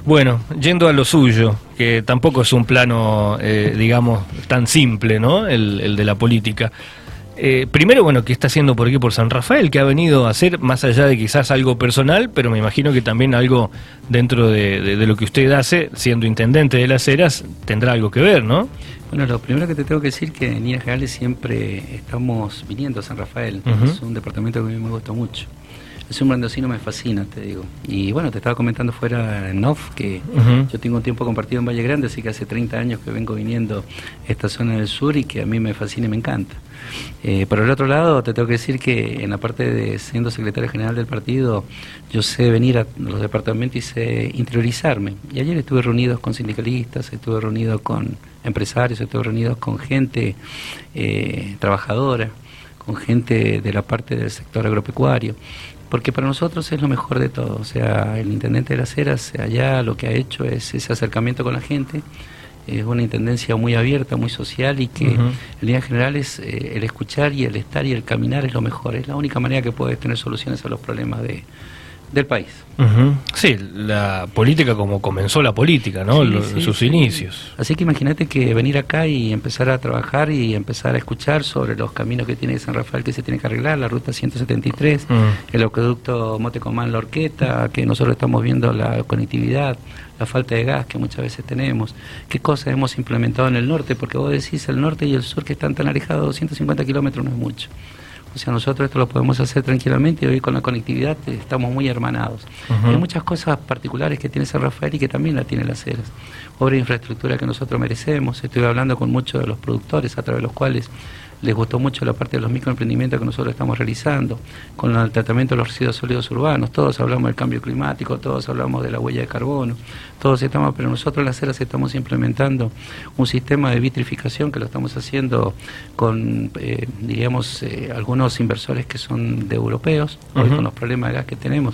Bueno, yendo a lo suyo, que tampoco es un plano, digamos, tan simple, ¿no? El de la política. Primero, bueno, ¿qué está haciendo por aquí, por San Rafael? ¿Qué ha venido a hacer, más allá de quizás algo personal, pero me imagino que también algo dentro de lo que usted hace, siendo intendente de Las Heras, tendrá algo que ver, ¿no? Bueno, lo primero que te tengo que decir que en líneas generales siempre estamos viniendo a San Rafael. Es un departamento que a mí me gusta mucho. Es un mendocino, me fascina, te digo. Y bueno, te estaba comentando fuera en off que yo tengo un tiempo compartido en Valle Grande, así que hace 30 años que vengo viniendo a esta zona del sur y que a mí me fascina y me encanta. Por el otro lado, te tengo que decir que en la parte de siendo secretario general del partido, yo sé venir a los departamentos y sé interiorizarme. Y ayer estuve reunido con sindicalistas, estuve reunido con empresarios, estuve reunido con gente trabajadora, con gente de la parte del sector agropecuario, porque para nosotros es lo mejor de todo. O sea, el intendente de Las Heras allá lo que ha hecho es ese acercamiento con la gente. Es una intendencia muy abierta, muy social y que en líneas generales el escuchar y el estar y el caminar es lo mejor. Es la única manera que puedes tener soluciones a los problemas del país. Sí, la política como comenzó la política, ¿no? Sus inicios. Así que imagínate que venir acá y empezar a trabajar y empezar a escuchar sobre los caminos que tiene San Rafael que se tiene que arreglar, la ruta 173, el acueducto Motecomán La Horqueta, que nosotros estamos viendo la conectividad, la falta de gas que muchas veces tenemos, qué cosas hemos implementado en el norte, porque vos decís el norte y el sur que están tan alejados, 250 kilómetros no es mucho. O sea, nosotros esto lo podemos hacer tranquilamente y hoy con la conectividad estamos muy hermanados. Hay muchas cosas particulares que tiene San Rafael y que también la tiene Las Heras. Obra de infraestructura que nosotros merecemos. Estoy hablando con muchos de los productores a través de los cuales les gustó mucho la parte de los microemprendimientos que nosotros estamos realizando, con el tratamiento de los residuos sólidos urbanos. Todos hablamos del cambio climático, todos hablamos de la huella de carbono, todos estamos, pero nosotros en Las Heras estamos implementando un sistema de vitrificación que lo estamos haciendo con, diríamos, algunos inversores que son de europeos, hoy con los problemas de gas que tenemos.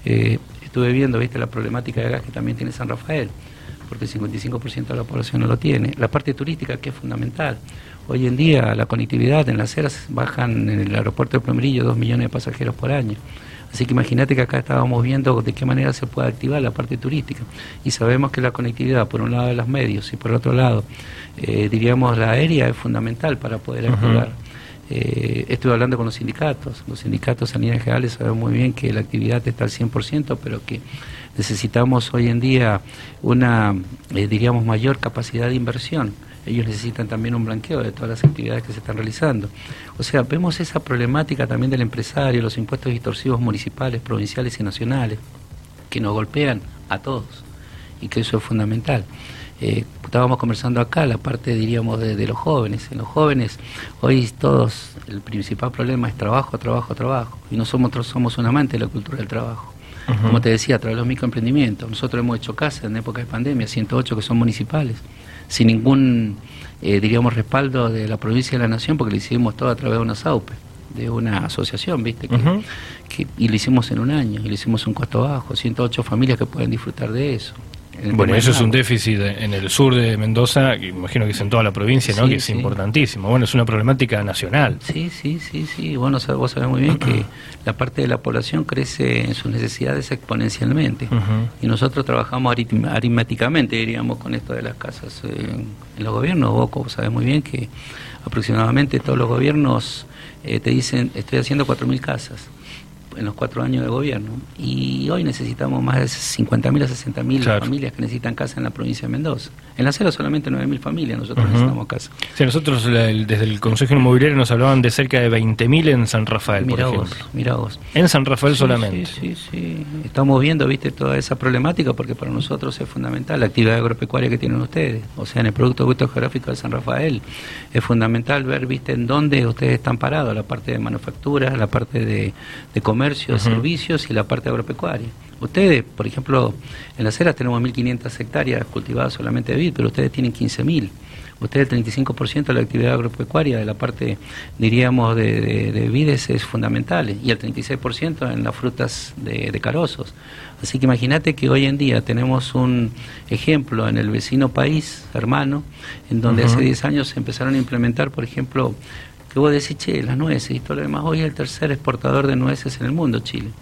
Estuve viendo, viste, la problemática de gas que también tiene San Rafael, porque el 55% de la población no lo tiene. La parte turística, que es fundamental. Hoy en día la conectividad en Las Heras bajan en el aeropuerto de Plumberillo 2 millones de pasajeros por año. Así que imagínate que acá estábamos viendo de qué manera se puede activar la parte turística. Y sabemos que la conectividad, por un lado de los medios y por otro lado, diríamos la aérea es fundamental para poder activar. Estuve hablando con los sindicatos a nivel general saben muy bien que la actividad está al 100%, pero que necesitamos hoy en día una, diríamos, mayor capacidad de inversión. Ellos necesitan también un blanqueo de todas las actividades que se están realizando. O sea, vemos esa problemática también del empresario, los impuestos distorsivos municipales, provinciales y nacionales, que nos golpean a todos, y que eso es fundamental. Estábamos conversando acá la parte, diríamos, de los jóvenes. En los jóvenes, hoy todos, el principal problema es trabajo, trabajo, trabajo. Y nosotros somos un amante de la cultura del trabajo. Como te decía, a través de los microemprendimientos. Nosotros hemos hecho casas en época de pandemia, 108 que son municipales, sin ningún, diríamos, respaldo de la provincia y de la nación, porque lo hicimos todo a través de una SAUPE, de una asociación, ¿viste? Y lo hicimos en un año, y lo hicimos a un costo bajo, 108 familias que pueden disfrutar de eso. Bueno, eso es un déficit en el sur de Mendoza, que imagino que es en toda la provincia, ¿no? Que es importantísimo. Bueno, es una problemática nacional. Sí. Bueno, vos sabés muy bien que la parte de la población crece en sus necesidades exponencialmente. Y nosotros trabajamos aritméticamente, diríamos, con esto de las casas en los gobiernos. Vos sabés muy bien que aproximadamente todos los gobiernos te dicen, estoy haciendo 4.000 casas en los 4 años de gobierno, y hoy necesitamos más de 50.000 a 60.000 familias que necesitan casa en la provincia de Mendoza. En La Heras solamente 9.000 familias nosotros necesitamos casa. Sí, nosotros desde el Consejo Inmobiliario nos hablaban de cerca de 20.000 en San Rafael, por ejemplo. Mirá vos. En San Rafael solamente. Sí. Estamos viendo, viste, toda esa problemática, porque para nosotros es fundamental la actividad agropecuaria que tienen ustedes. O sea, en el Producto Geográfico de San Rafael es fundamental ver, viste, en dónde ustedes están parados, la parte de manufactura, la parte de comercio, de servicios y la parte agropecuaria. Ustedes, por ejemplo, en Las Heras tenemos 1.500 hectáreas cultivadas solamente de vid, pero ustedes tienen 15.000. Ustedes el 35% de la actividad agropecuaria, de la parte, diríamos, de vides es fundamental, y el 36% en las frutas de carozos. Así que imagínate que hoy en día tenemos un ejemplo en el vecino país, hermano, en donde hace 10 años se empezaron a implementar, por ejemplo, que vos decís, che, las nueces y todo lo demás. Hoy es el tercer exportador de nueces en el mundo, Chile.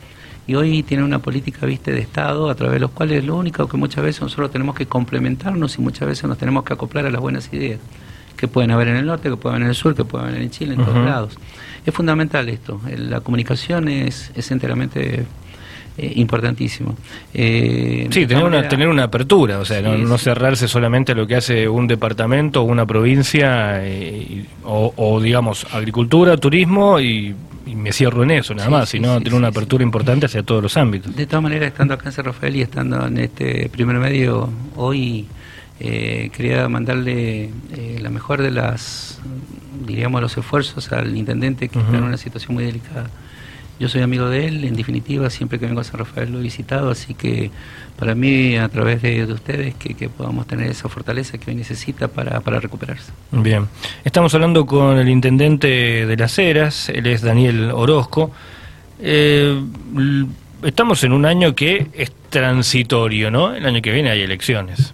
y hoy tienen una política, viste, de Estado, a través de los cuales lo único que muchas veces nosotros tenemos que complementarnos y muchas veces nos tenemos que acoplar a las buenas ideas que pueden haber en el norte, que pueden haber en el sur, que pueden haber en Chile, en todos lados. Es fundamental esto, la comunicación es enteramente importantísimo. Sí, tener una apertura, o sea, sí, no cerrarse solamente a lo que hace un departamento o una provincia, o digamos, agricultura, turismo, y me cierro en eso, nada más, sino tener una apertura importante hacia todos los ámbitos. De todas maneras, estando acá en San Rafael y estando en este primer medio hoy, quería mandarle la mejor de los esfuerzos al intendente, que está en una situación muy delicada. Yo soy amigo de él, en definitiva, siempre que vengo a San Rafael lo he visitado, así que para mí, a través de ustedes, que podamos tener esa fortaleza que hoy necesita para recuperarse. Bien, estamos hablando con el intendente de Las Heras, él es Daniel Orozco. Estamos en un año que es transitorio, ¿no? El año que viene hay elecciones.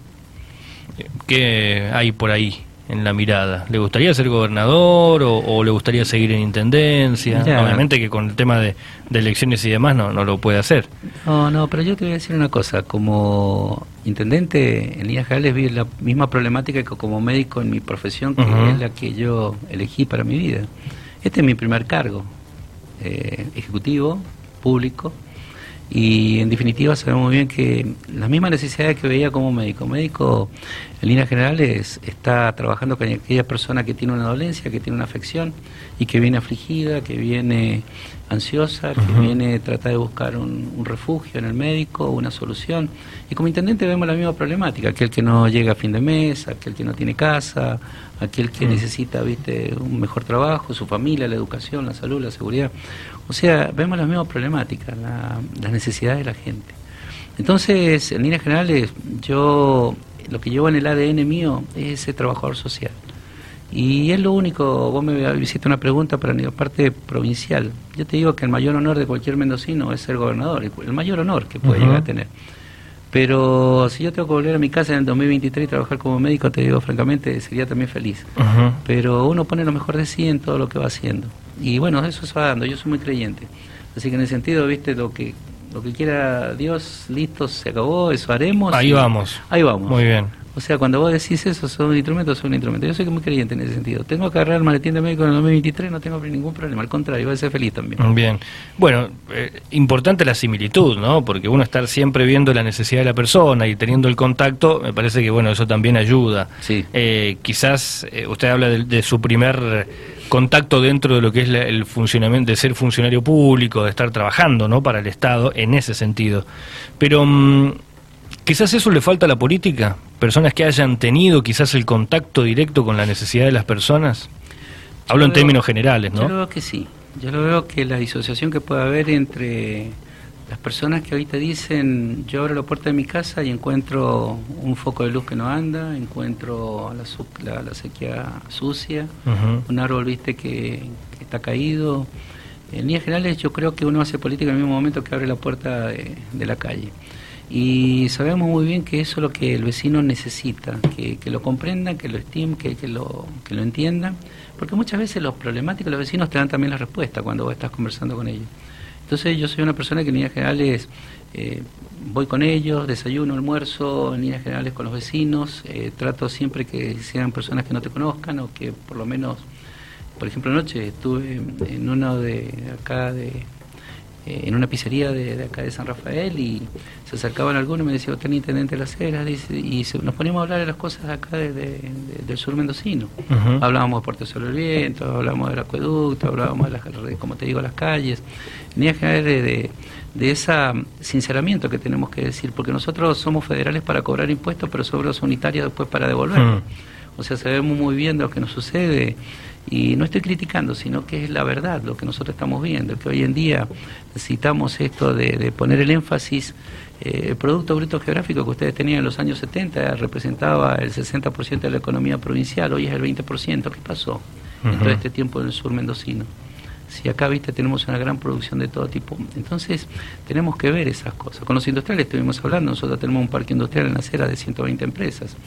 ¿Qué hay por ahí en la mirada? ¿Le gustaría ser gobernador o le gustaría seguir en intendencia? Mirá, obviamente que con el tema de elecciones y demás no lo puede hacer. No, pero yo te voy a decir una cosa. Como intendente, en líneas generales vi la misma problemática que como médico en mi profesión, que es la que yo elegí para mi vida. Este es mi primer cargo, ejecutivo, público. Y en definitiva sabemos muy bien que las mismas necesidades que veía como médico en líneas generales está trabajando con aquella persona que tiene una dolencia, que tiene una afección y que viene afligida, que viene ansiosa, que viene a tratar de buscar un refugio en el médico, una solución. Y como intendente vemos la misma problemática, aquel que no llega a fin de mes, aquel que no tiene casa, aquel que necesita, viste, un mejor trabajo, su familia, la educación, la salud, la seguridad. O sea, vemos las mismas problemáticas, las necesidades de la gente. Entonces, en líneas generales, yo lo que llevo en el ADN mío es ese trabajador social. Y es lo único. Vos me hiciste una pregunta para la parte provincial. Yo te digo que el mayor honor de cualquier mendocino es ser gobernador, el mayor honor que puede llegar a tener. Pero si yo tengo que volver a mi casa en el 2023 y trabajar como médico, te digo francamente, sería también feliz. Pero uno pone lo mejor de sí en todo lo que va haciendo. Y bueno, eso se va dando, yo soy muy creyente. Así que en el sentido, viste, lo que quiera Dios, listo, se acabó, eso haremos. Ahí vamos. Ahí vamos. Muy bien. O sea, cuando vos decís eso, son un instrumento. Yo soy muy creyente en ese sentido. Tengo que agarrar el maletín de médico en el 2023, no tengo ningún problema. Al contrario, voy a ser feliz también. Bien. Bueno, importante la similitud, ¿no? Porque uno estar siempre viendo la necesidad de la persona y teniendo el contacto, me parece que, bueno, eso también ayuda. Sí. Quizás usted habla de su primer contacto dentro de lo que es el funcionamiento, de ser funcionario público, de estar trabajando, ¿no?, para el Estado, en ese sentido. Pero quizás eso le falta a la política, personas que hayan tenido quizás el contacto directo con la necesidad de las personas. Hablo en términos generales, ¿no? Yo lo veo que sí. Yo lo veo que la disociación que puede haber entre las personas que ahorita dicen, yo abro la puerta de mi casa y encuentro un foco de luz que no anda, encuentro la sequía sucia, un árbol, viste, que está caído. En líneas generales yo creo que uno hace política en el mismo momento que abre la puerta de la calle. Y sabemos muy bien que eso es lo que el vecino necesita, que lo comprendan, que lo estimen, que lo entiendan, porque muchas veces los problemáticos, los vecinos te dan también la respuesta cuando vos estás conversando con ellos. Entonces yo soy una persona que en líneas generales voy con ellos, desayuno, almuerzo, en líneas generales con los vecinos, trato siempre que sean personas que no te conozcan o que por lo menos, por ejemplo anoche estuve en uno en una pizzería de acá de San Rafael y se acercaban algunos y me decían, usted es intendente de Las Heras, y nos poníamos a hablar de las cosas acá del sur mendocino. Hablábamos de Puerto Sobre el Viento, hablábamos del acueducto, hablábamos de, como te digo, las calles, en general de ese sinceramiento que tenemos que decir, porque nosotros somos federales para cobrar impuestos, pero somos unitarios después para devolverlos. O sea, sabemos muy bien de lo que nos sucede. Y no estoy criticando, sino que es la verdad lo que nosotros estamos viendo, que hoy en día necesitamos esto de poner el énfasis. El Producto Bruto Geográfico que ustedes tenían en los años 70 representaba el 60% de la economía provincial, hoy es el 20%. ¿Qué pasó en todo este tiempo en el sur mendocino? Si acá, viste, tenemos una gran producción de todo tipo. Entonces, tenemos que ver esas cosas. Con los industriales estuvimos hablando, nosotros tenemos un parque industrial en Las Heras de 120 empresas.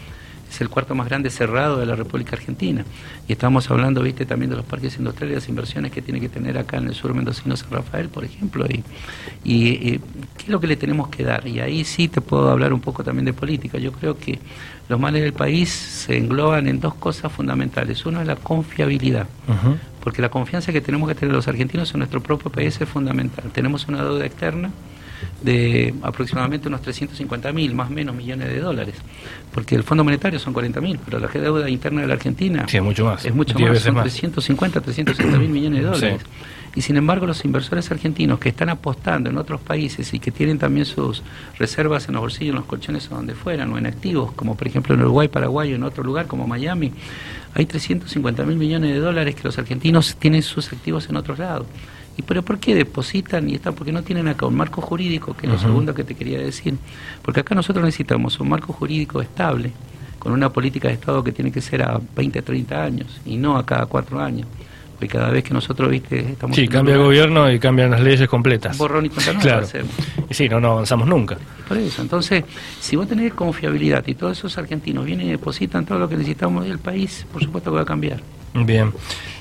es el cuarto más grande cerrado de la República Argentina. Y estamos hablando, viste, también de los parques industriales y las inversiones que tiene que tener acá en el sur mendocino San Rafael, por ejemplo. ¿Qué es lo que le tenemos que dar? Y ahí sí te puedo hablar un poco también de política. Yo creo que los males del país se engloban en dos cosas fundamentales. Uno es la confiabilidad, porque la confianza que tenemos que tener los argentinos en nuestro propio país es fundamental. Tenemos una deuda externa de aproximadamente unos 350.000, más o menos, millones de dólares, porque el Fondo Monetario son 40.000, pero la deuda interna de la Argentina sí, mucho más, es mucho más, son 360.000 millones de dólares. Sí. Y sin embargo los inversores argentinos que están apostando en otros países y que tienen también sus reservas en los bolsillos, en los colchones o donde fueran, o en activos, como por ejemplo en Uruguay, Paraguay o en otro lugar como Miami, hay 350.000 millones de dólares que los argentinos tienen sus activos en otros lados. ¿Pero por qué depositan y están? Porque no tienen acá un marco jurídico, que es lo segundo que te quería decir. Porque acá nosotros necesitamos un marco jurídico estable, con una política de Estado que tiene que ser a 20, 30 años, y no a cada 4 años. Porque cada vez que nosotros, viste, estamos... Sí, cambia el gobierno y cambian las leyes completas. Borrón y cuenta nueva, claro. Hacemos. Y sí, no avanzamos nunca. Por eso, entonces, si vos tenés confiabilidad y todos esos argentinos vienen y depositan todo lo que necesitamos del país, por supuesto que va a cambiar. Bien.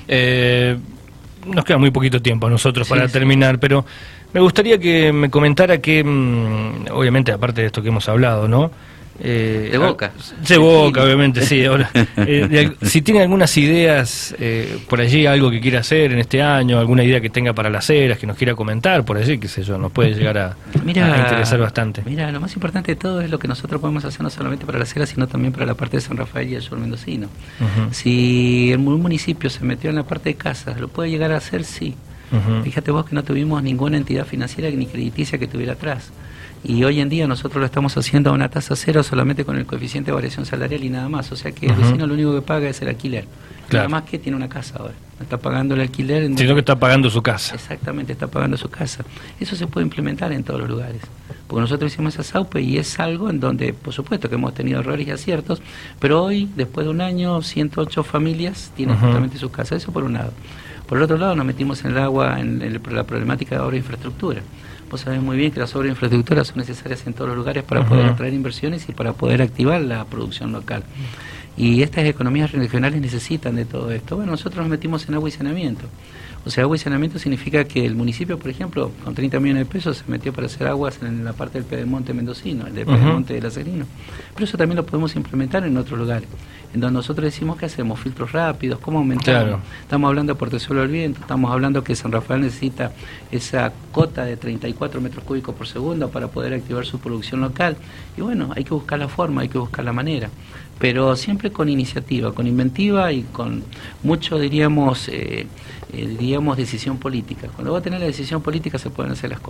Nos queda muy poquito tiempo a nosotros para terminar, pero me gustaría que me comentara que, obviamente, aparte de esto que hemos hablado, ¿no? De Boca. De Boca, obviamente, sí. Ahora, si tiene algunas ideas por allí, algo que quiera hacer en este año, alguna idea que tenga para las eras, que nos quiera comentar, por allí, qué sé yo, nos puede llegar a interesar bastante. Mira, lo más importante de todo es lo que nosotros podemos hacer no solamente para las eras, sino también para la parte de San Rafael y el sur mendocino. Si un municipio se metió en la parte de casas, ¿lo puede llegar a hacer? Sí. Fíjate vos que no tuvimos ninguna entidad financiera ni crediticia que estuviera atrás. Y hoy en día nosotros lo estamos haciendo a una tasa cero solamente con el coeficiente de variación salarial y nada más. O sea que el vecino lo único que paga es el alquiler. Claro. Nada más que tiene una casa ahora. No está pagando el alquiler. Sino que está pagando su casa. Exactamente, está pagando su casa. Eso se puede implementar en todos los lugares. Porque nosotros hicimos esa SAUPE y es algo en donde, por supuesto, que hemos tenido errores y aciertos, pero hoy, después de un año, 108 familias tienen justamente su casa. Eso por un lado. Por el otro lado, nos metimos en el agua, en la problemática de obra e infraestructura. Vos sabés muy bien que las obras de infraestructura son necesarias en todos los lugares para poder atraer inversiones y para poder activar la producción local. Y estas economías regionales necesitan de todo esto. Bueno, nosotros nos metimos en agua y saneamiento. O sea, agua y saneamiento significa que el municipio, por ejemplo, con 30 millones de pesos se metió para hacer aguas en la parte del Pedemonte mendocino, el del Pedemonte de la Serino. Pero eso también lo podemos implementar en otros lugares, en donde nosotros decimos que hacemos filtros rápidos, cómo aumentar. Claro. Estamos hablando de Portezuelo del Viento, estamos hablando que San Rafael necesita esa cota de 34 metros cúbicos por segundo para poder activar su producción local. Y bueno, hay que buscar la forma, hay que buscar la manera, pero siempre con iniciativa, con inventiva y con mucho, diríamos, decisión política. Cuando va a tener la decisión política se pueden hacer las cosas.